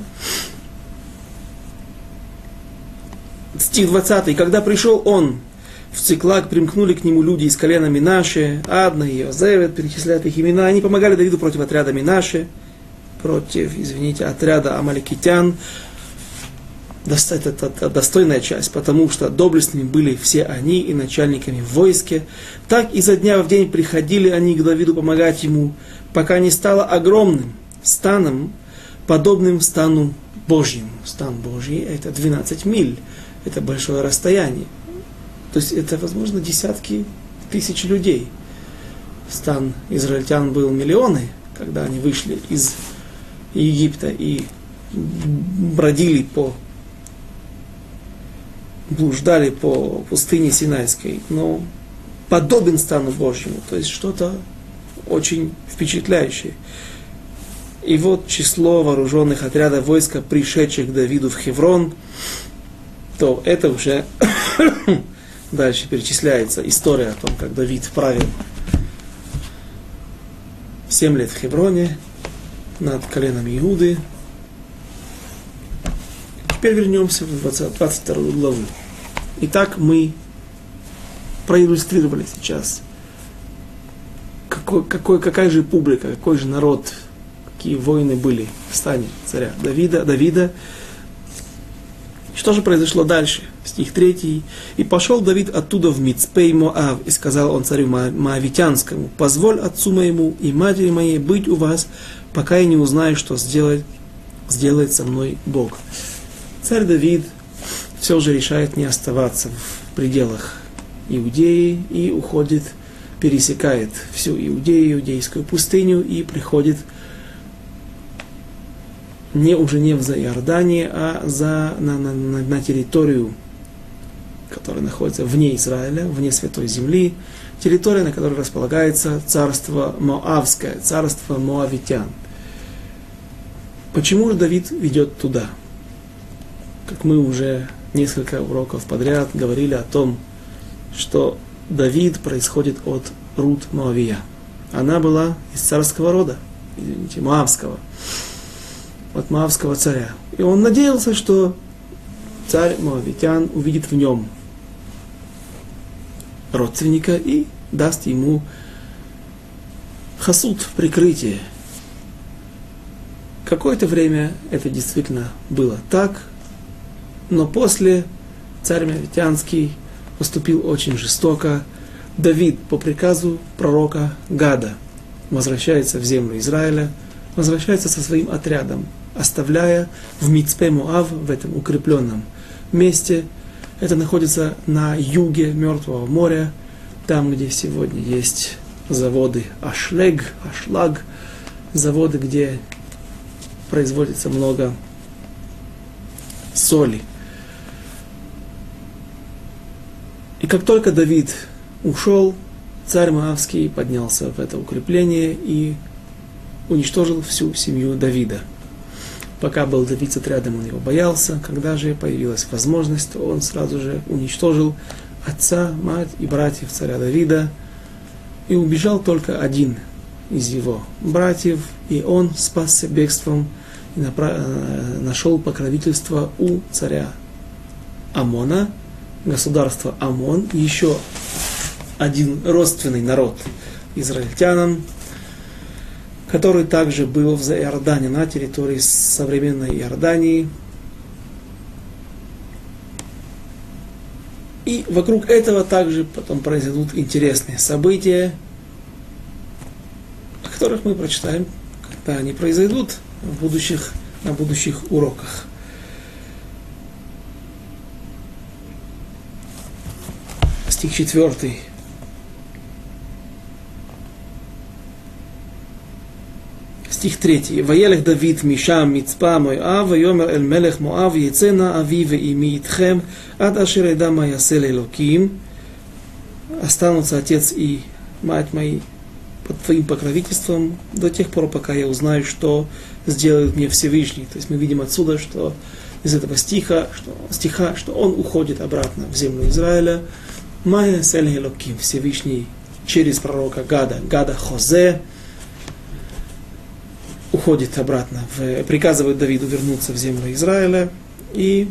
Стих двадцатый. Когда пришел он в Циклаг, примкнули к нему люди из колена Минаше, Адна и Йозевет, перечисляют их имена. Они помогали Давиду против отряда Минаше, против, извините, отряда амаликитян. Это, это, это достойная часть, потому что доблестными были все они и начальниками в войске. Так изо дня в день приходили они к Давиду помогать ему, пока не стало огромным станом, подобным стану Божьему. Стан Божий — это двенадцать миль, это большое расстояние. То есть это, возможно, десятки тысяч людей. Стан израильтян был миллионы, когда они вышли из Египта и бродили по, блуждали по пустыне Синайской, но подобен стану Божьему, то есть что-то очень впечатляющее. И вот число вооруженных отрядов войска, пришедших к Давиду в Хеврон, то это уже дальше перечисляется история о том, как Давид правил семь лет в Хевроне над коленом Иуды. Теперь вернемся в двадцать, двадцать вторую главу. Итак, мы проиллюстрировали сейчас, какой, какой, какая же публика, какой же народ, какие войны были в стане царя Давида. Давида. Что же произошло дальше? Стих третий. «И пошел Давид оттуда в Мицпей Моав, и сказал он царю Моавитянскому: позволь отцу моему и матери моей быть у вас, пока я не узнаю, что сделает, сделает со мной Бог». Царь Давид все же решает не оставаться в пределах Иудеи и уходит, пересекает всю Иудею, иудейскую пустыню и приходит не уже не в Иордании, а за, на, на, на, на территорию, которая находится вне Израиля, вне Святой Земли, территория, на которой располагается царство Моавское, царство Моавитян. Почему же Давид ведет туда? Как мы уже несколько уроков подряд говорили о том, что Давид происходит от Рут Моавия. Она была из царского рода, извините, Моавского, от Моавского царя. И он надеялся, что царь Моавитян увидит в нем родственника и даст ему хасуд, прикрытие. Какое-то время это действительно было так, но после царь Моавитянский поступил очень жестоко. Давид по приказу пророка Гада возвращается в землю Израиля, возвращается со своим отрядом, оставляя в Мицпе Моав, в этом укрепленном месте. Это находится на юге Мертвого моря, там, где сегодня есть заводы Ашлег, Ашлаг, заводы, где производится много соли. И как только Давид ушел, царь Моавский поднялся в это укрепление и уничтожил всю семью Давида. Пока был Давид с отрядом, он его боялся. Когда же появилась возможность, то он сразу же уничтожил отца, мать и братьев царя Давида. И убежал только один из его братьев, и он спасся бегством и напра- нашел покровительство у царя Амона, государства Амон, еще один родственный народ израильтянам, который также был в Иордане, на территории современной Иордании. И вокруг этого также потом произойдут интересные события, о которых мы прочитаем, когда они произойдут в будущих, на будущих уроках. Стих четвертый. Стих третий. «Ваелех Давид мишам мицпа Моав, вайомер эль мелех Моав, яцена ави веими итхем, ад ашер еда ма ясе элоким». Останутся отец и мать моя, под твоим покровительством до тех пор, пока я узнаю, что сделает мне Всевышний. То есть мы видим отсюда, что из этого стиха, что, стиха, что он уходит обратно в землю Израиля. Майя сель элоким, Всевышний через пророка Гада, Гада Хозе, уходит обратно, в, приказывает Давиду вернуться в землю Израиля, и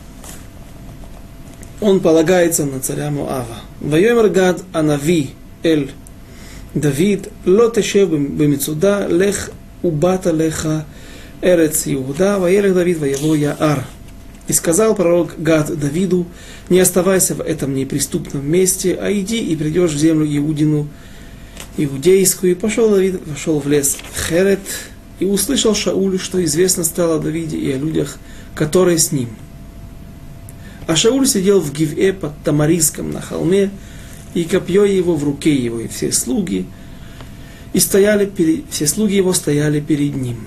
он полагается на царя Моава. Вайомер Гад анави эль Давид, ло тешев бемицуда, лех убата леха эрец Иуда, ваелех Давид, ваево Яар. И сказал пророк Гад Давиду: не оставайся в этом неприступном месте, а иди и придешь в землю Иудину, иудейскую. И пошел Давид, пошел в лес Херет, и услышал Шауль, что известно стало о Давиде и о людях, которые с ним. А Шауль сидел в Гиве под Тамариском на холме, и копье его в руке его, и все слуги, и стояли перед, все слуги его стояли перед ним.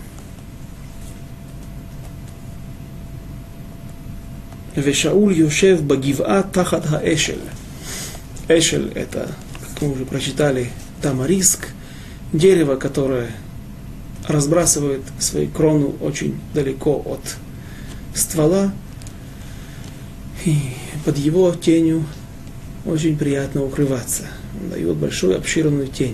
Вешауль Йошев Багива Тахат Хаэшель. Эшель — это, как мы уже прочитали, тамариск, дерево, которое разбрасывает свою крону очень далеко от ствола, и под его тенью очень приятно укрываться. Он дает большую обширную тень.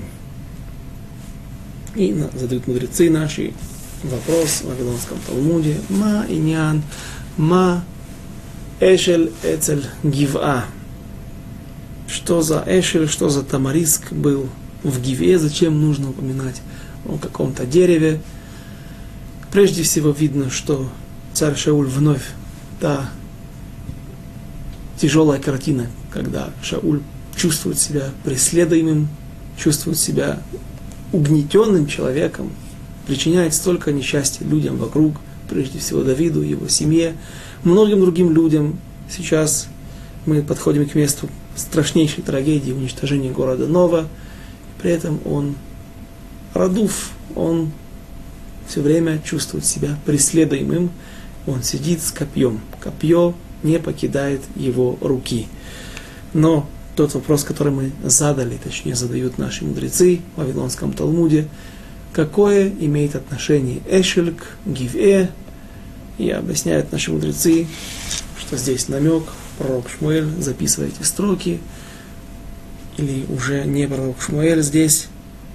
И задают мудрецы наши вопрос в Вавилонском Талмуде: Ма иньян, ма эшель эцель гив'a. Что за эшель, что за тамариск был в Гиве? Зачем нужно упоминать о каком-то дереве? Прежде всего видно, что царь Шауль вновь, та тяжелая картина, когда Шауль чувствует себя преследуемым, чувствует себя угнетенным человеком, причиняет столько несчастья людям вокруг, прежде всего Давиду, его семье, многим другим людям. Сейчас мы подходим к месту страшнейшей трагедии, уничтожения города Нова. При этом он, Радуф, он все время чувствует себя преследуемым. Он сидит с копьем. Копье не покидает его руки. Но тот вопрос, который мы задали, точнее задают наши мудрецы в Вавилонском Талмуде, какое имеет отношение Эшель к Гиве, и объясняют наши мудрецы, что здесь намек. Пророк Шмуэль, записывая эти строки, или уже не пророк Шмуэль здесь,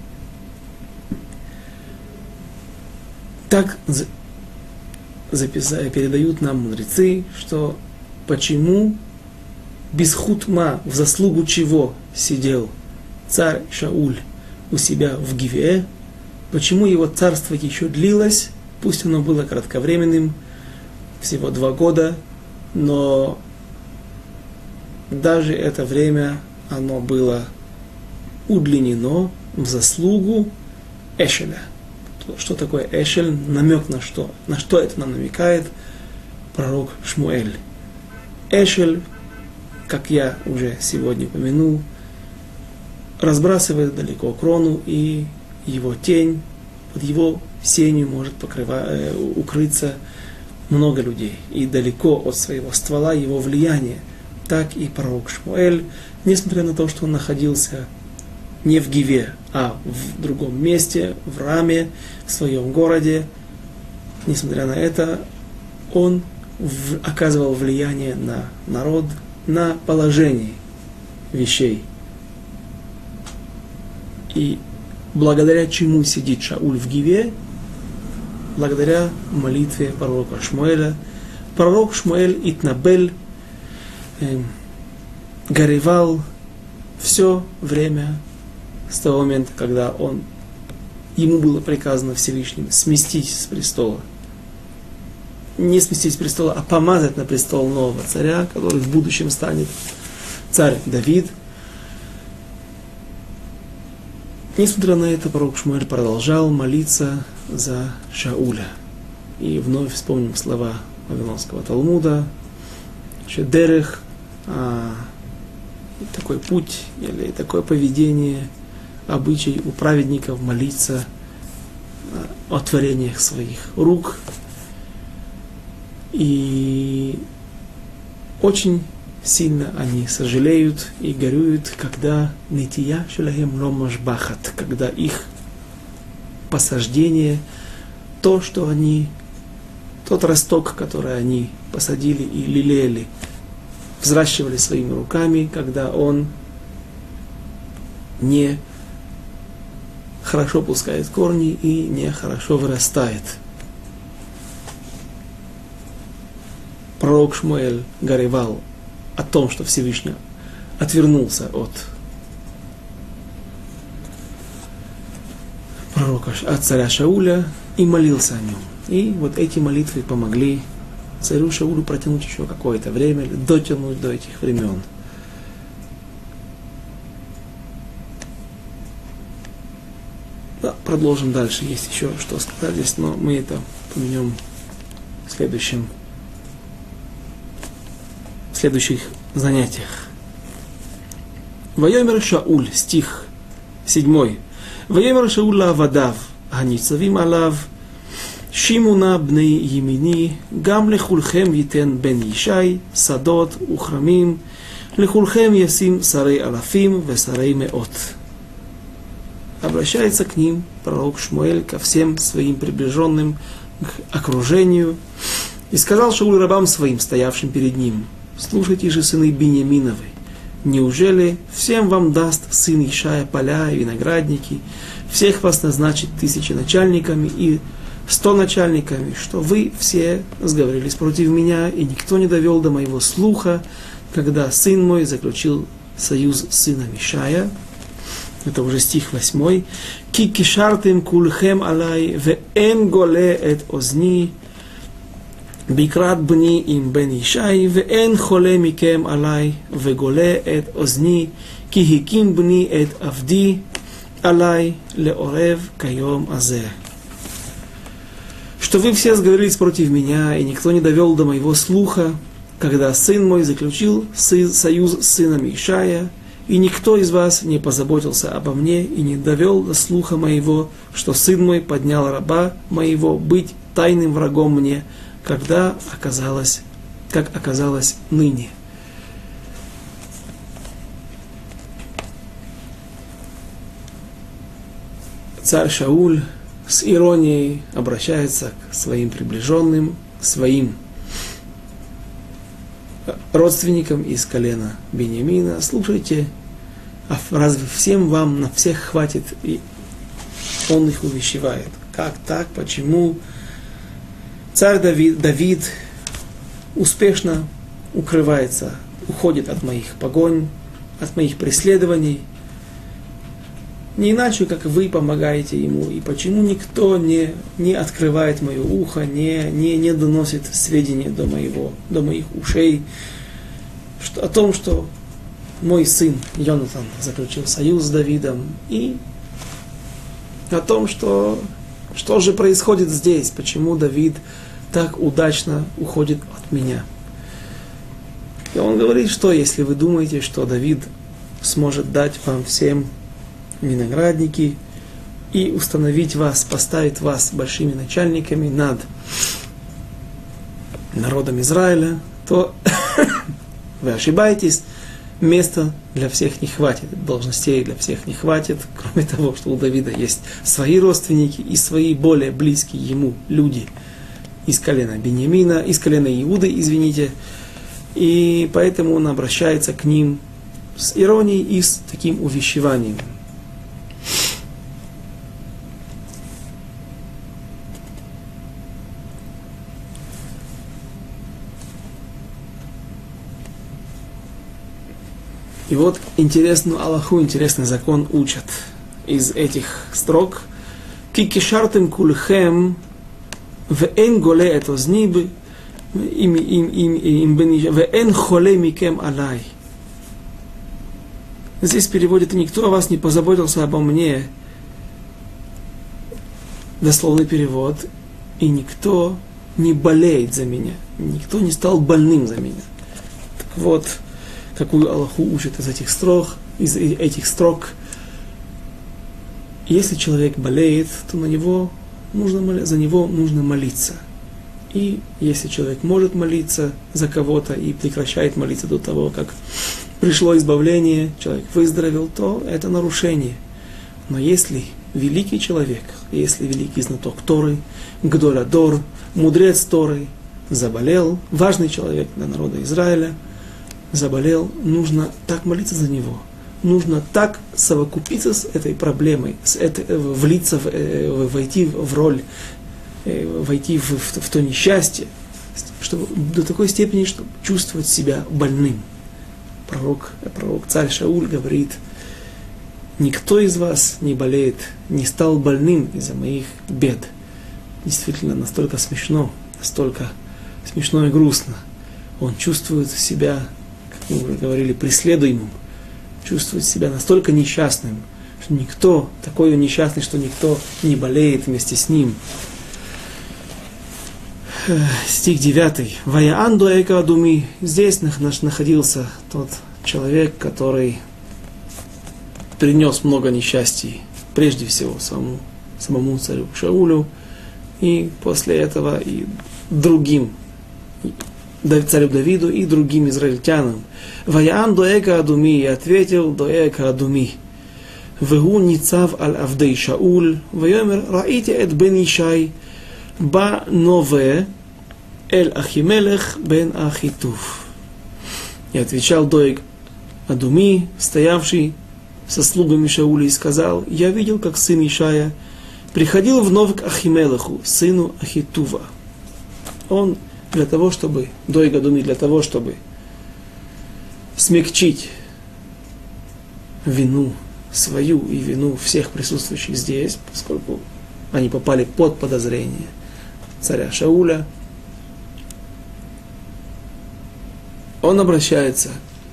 так записали, передают нам мудрецы, что почему без хутма, в заслугу чего сидел царь Шауль у себя в Гиве, почему его царство еще длилось, пусть оно было кратковременным, всего два года, но даже это время оно было удлинено в заслугу Эшеля. Что такое Эшель? Намек на что? На что это нам намекает пророк Шмуэль? Эшель, как я уже сегодня упомянул, разбрасывает далеко крону, и его тень, под его сенью может покрывать, укрыться много людей. И далеко от своего ствола его влияние. Так и пророк Шмуэль, несмотря на то, что он находился не в Гиве, а в другом месте, в Раме, в своем городе, несмотря на это, он в, оказывал влияние на народ, на положение вещей. И благодаря чему сидит Шауль в Гиве? Благодаря молитве пророка Шмуэля. Пророк Шмуэль Итнабель э, горевал все время с того момента, когда он, ему было приказано Всевышним сместить с престола. Не сместить с престола, а помазать на престол нового царя, который в будущем станет царь Давид. Несмотря на это, пророк Шмуэль продолжал молиться за Шауля. И вновь вспомним слова Вавилонского Талмуда: «Шедерех», а, такой путь или такое поведение, обычай у праведников молиться о творениях своих рук. И очень сильно они сожалеют и горюют, когда нития шелахем ло машбахат, когда их посаждение, то, что они, тот росток, который они посадили и лелеяли, взращивали своими руками, когда он не хорошо пускает корни и не хорошо вырастает. Пророк Шмуэль горевал о том, что Всевышний отвернулся от пророка, от царя Шауля и молился о нем. И вот эти молитвы помогли царю Шаулю протянуть еще какое-то время, дотянуть до этих времен. Да, продолжим дальше. Есть еще что сказать здесь, но мы это поменяем в следующем, в следующих занятиях. Вайомер Шауль, стих седьмой. Вайомер Шауль лавадав, ханицавим алав, שימונה בני ימיני, גם לכולכם ייתן בן ישי, שדות וכרמים, לכולכם ישים שרי אלפים ושרי меот. Обращается к ним пророк Шмуэль, ко всем своим приближенным, к окружению, и сказал Шауль рабам своим, стоявшим перед ним: слушайте же, сыны Биньяминовы, неужели всем вам даст сын Ишая поля и виноградники, всех вас назначит тысячи начальниками и сто начальниками, что вы все сговорились против меня, и никто не довел до моего слуха, когда сын мой заключил союз с сыном Ишая. Это уже стих восьмой. «Ки кишартем кульхем алай, веэн голе эт озни, бикрат бни им бен Ишай, веэн холе микем алай, веголе эт озни, ки хиким бни эт авди алай, леорев кайом азе». Что вы все сговорились против меня, и никто не довел до моего слуха, когда сын мой заключил союз с сыном Ишая, и никто из вас не позаботился обо мне и не довел до слуха моего, что сын мой поднял раба моего быть тайным врагом мне, когда оказалось, как оказалось ныне. Царь Шауль с иронией обращается к своим приближенным, своим родственникам из колена Биньямина. Слушайте, а разве всем вам на всех хватит? И он их увещевает. Как так? Почему? Царь Давид, Давид успешно укрывается, уходит от моих погонь, от моих преследований. Не иначе, как вы помогаете ему. И почему никто не, не открывает мое ухо, не, не, не доносит сведения до, моего, до моих ушей что, о том, что мой сын Йонатан заключил союз с Давидом, и о том, что, что же происходит здесь, почему Давид так удачно уходит от меня. И он говорит, что если вы думаете, что Давид сможет дать вам всем виноградники и установить вас, поставить вас большими начальниками над народом Израиля, то вы ошибаетесь, места для всех не хватит, должностей для всех не хватит, кроме того, что у Давида есть свои родственники и свои более близкие ему люди из колена Биньямина, из колена Иуды, извините, и поэтому он обращается к ним с иронией и с таким увещеванием. И вот интересную Аллаху, интересный закон учат из этих строк. «Ки кишартем кульхем веэн голе эт озни веэн холе микем алай». Здесь переводит: «Никто о вас не позаботился обо мне». Дословный перевод. «И никто не болеет за меня». Никто не стал больным за меня. Так вот, какую Аллаху учат из этих строк, из этих строк. Если человек болеет, то на него нужно, за него нужно молиться. И если человек может молиться за кого-то и прекращает молиться до того, как пришло избавление, человек выздоровел, то это нарушение. Но если великий человек, если великий знаток Торы, Гдоль Адор, мудрец Торы, заболел, важный человек для народа Израиля, заболел, нужно так молиться за него. Нужно так совокупиться с этой проблемой, с этой, влиться, в, войти в роль, войти в, в, в то несчастье, чтобы до такой степени, чтобы чувствовать себя больным. Пророк, пророк царь Шауль говорит: никто из вас не болеет, не стал больным из-за моих бед. Действительно, настолько смешно, настолько смешно и грустно. Он чувствует себя, как мы уже говорили, преследуемым, чувствует себя настолько несчастным, что никто, такой он несчастный, что никто не болеет вместе с ним. Стих девятый. «Ваяан дуэка адуми». Здесь находился тот человек, который принес много несчастий, прежде всего самому, самому царю Шаулю, и после этого и другим, царю Давиду и другим израильтянам. «Ваяан дуэка адуми», и ответил дуэка адуми. «Вегу ницав аль авдей Шауль, вайомер раите эт бен Ишай, ба нове эль Ахимелех бен Ахитув». И отвечал Доег Адуми, стоявший со слугами Шауля, и сказал: «Я видел, как сын Ишая приходил вновь к Ахимелеху, сыну Ахитува». Он для того, чтобы, Доег Адуми, для того, чтобы смягчить вину свою и вину всех присутствующих здесь, поскольку они попали под подозрение царя Шауля, он обращается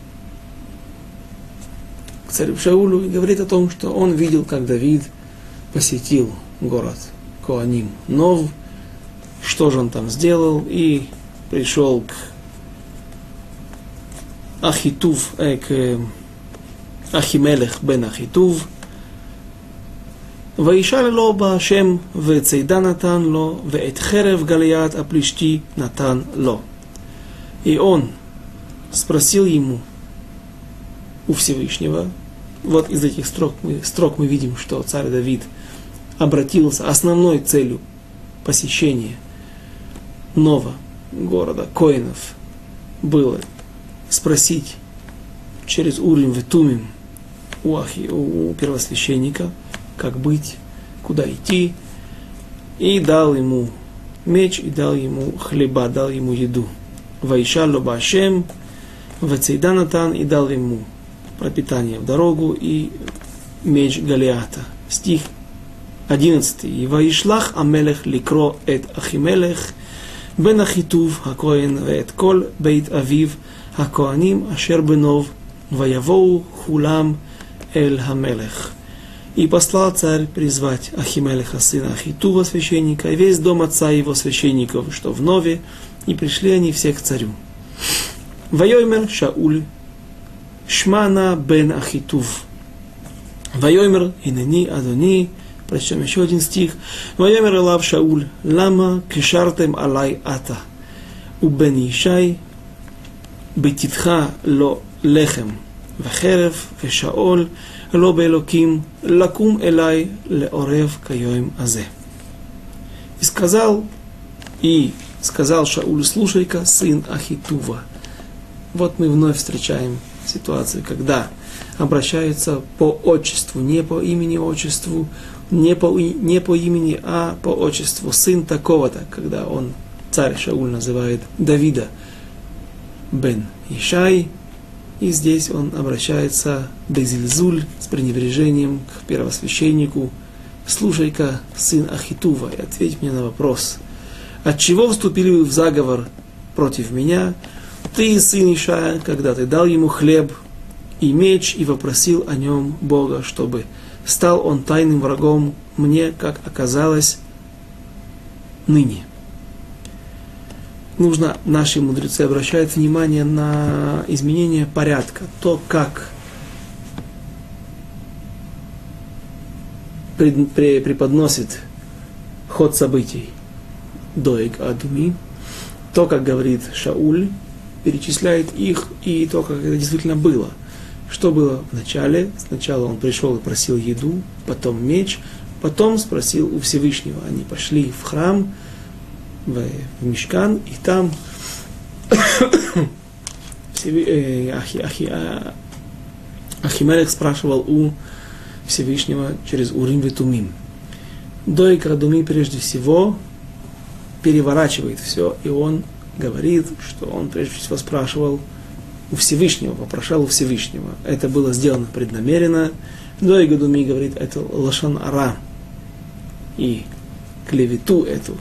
к царю Шаулю и говорит о том, что он видел, как Давид посетил город Коаним Нов, что же он там сделал, и пришел к Ахитув, э, к Ахимелех бен Ахитув. וישאל לו בהשם וצידה נתן לו ואת חרב גליית הפלישתי נתן לו. И он спросил ему у Всевышнего. Вот из этих строк мы, строк мы видим, что царь Давид обратился основной целью посещения Нова, города Коинов, было спросить через Урим и Тумим у, Ахи, у первосвященника, как быть, куда идти, и дал ему меч, и дал ему хлеба, дал ему еду. Ваишаль ло баашем, вацейда натан, и дал ему пропитание в дорогу и меч Голиата. Стих одиннадцатый. И ваишлах амелех ликро эт Ахимелех бен Ахитув хакоэн вэт кол бейт авив хакоаним ашер бенов ваявоу хулам эль хамелех. И послал царь призвать Ахимелеха, сына Ахитува, священника, и весь дом отца его священников, что в Нове, и пришли они все к царю. Вайомер Шауль Шмана бен Ахитув. Вайомер инени адони. Прочтем еще один стих. Вайомер элав Шауль лама кишартем алай ата убен Ишай бетитха ло лехем вехерев вешаол ло беэлоким лакум элай леорев кайоим азе. И сказал, и сказал Шауль: слушай-ка, сын Ахитува. Вот мы вновь встречаем ситуацию, когда обращаются по отчеству, не по имени-отчеству, не по, не по имени, а по отчеству. Сын такого-то, когда он, царь Шауль, называет Давида бен Ишай, и здесь он обращается безильзуль, с пренебрежением к первосвященнику: слушай-ка, сын Ахитува, и ответь мне на вопрос: отчего вступили вы в заговор против меня, ты, сын Ишая, когда ты дал ему хлеб и меч и вопросил о нем Бога, чтобы стал он тайным врагом мне, как оказалось ныне? Нужно, наши мудрецы обращают внимание на изменение порядка, то, как преподносит ход событий Доег Адуми, то, как говорит Шауль, перечисляет их, и то, как это действительно было. Что было в начале? Сначала он пришел и просил еду, потом меч, потом спросил у Всевышнего. Они пошли в храм, в, в Мишкан, и там Ахи, Ахи, Ахимелех спрашивал у Всевышнего через Урим и Тумим. Доик Радуми прежде всего переворачивает все, и он говорит, что он прежде всего спрашивал у Всевышнего, вопрошал у Всевышнего. Это было сделано преднамеренно. Доик Радуми говорит, это лашон ара, и клевету эту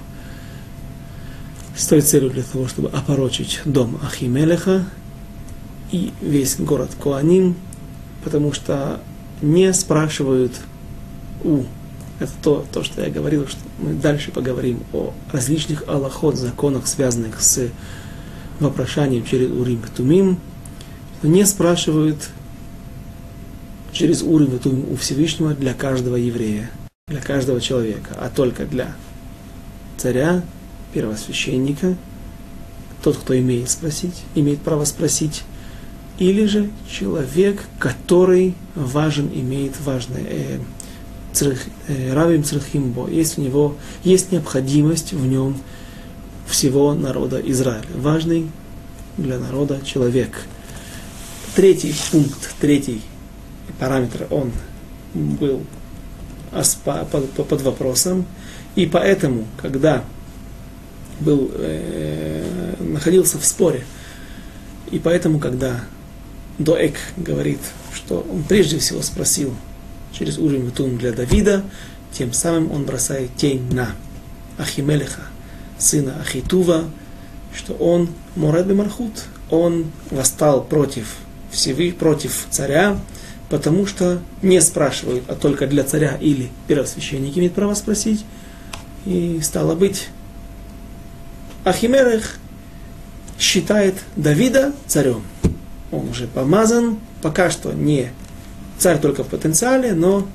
с той целью для того, чтобы опорочить дом Ахимелеха и весь город Коаним, потому что не спрашивают у... Это то, то, что я говорил, что мы дальше поговорим о различных алахот, законах, связанных с вопрошанием через Урим и Тумим. Не спрашивают через Урим и Тумим у Всевышнего для каждого еврея, для каждого человека, а только для царя, первосвященника, тот, кто имеет спросить, имеет право спросить, или же человек, который важен, имеет важное э, црих, э, равим црихимбо, есть у него, есть необходимость в нем всего народа Израиля, важный для народа человек. Третий пункт, третий параметр, он был под, под вопросом, и поэтому, когда был, э, находился в споре, и поэтому, когда Доэк говорит, что он прежде всего спросил через Урим и Тумим для Давида, тем самым он бросает тень на Ахимелеха, сына Ахитува, что он Моред бе-Малхут, он восстал против Всевы, против царя, потому что не спрашивают, а только для царя или первосвященник имеет право спросить, и стало быть, Ахимелех считает Давида царем. Он уже помазан, пока что не царь только в потенциале, но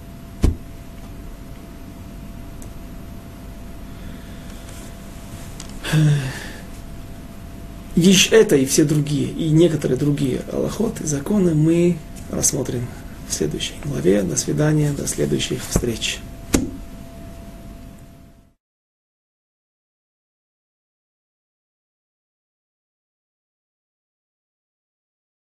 лишь это и все другие, и некоторые другие алахоты, законы мы рассмотрим в следующей главе. До свидания, до следующих встреч.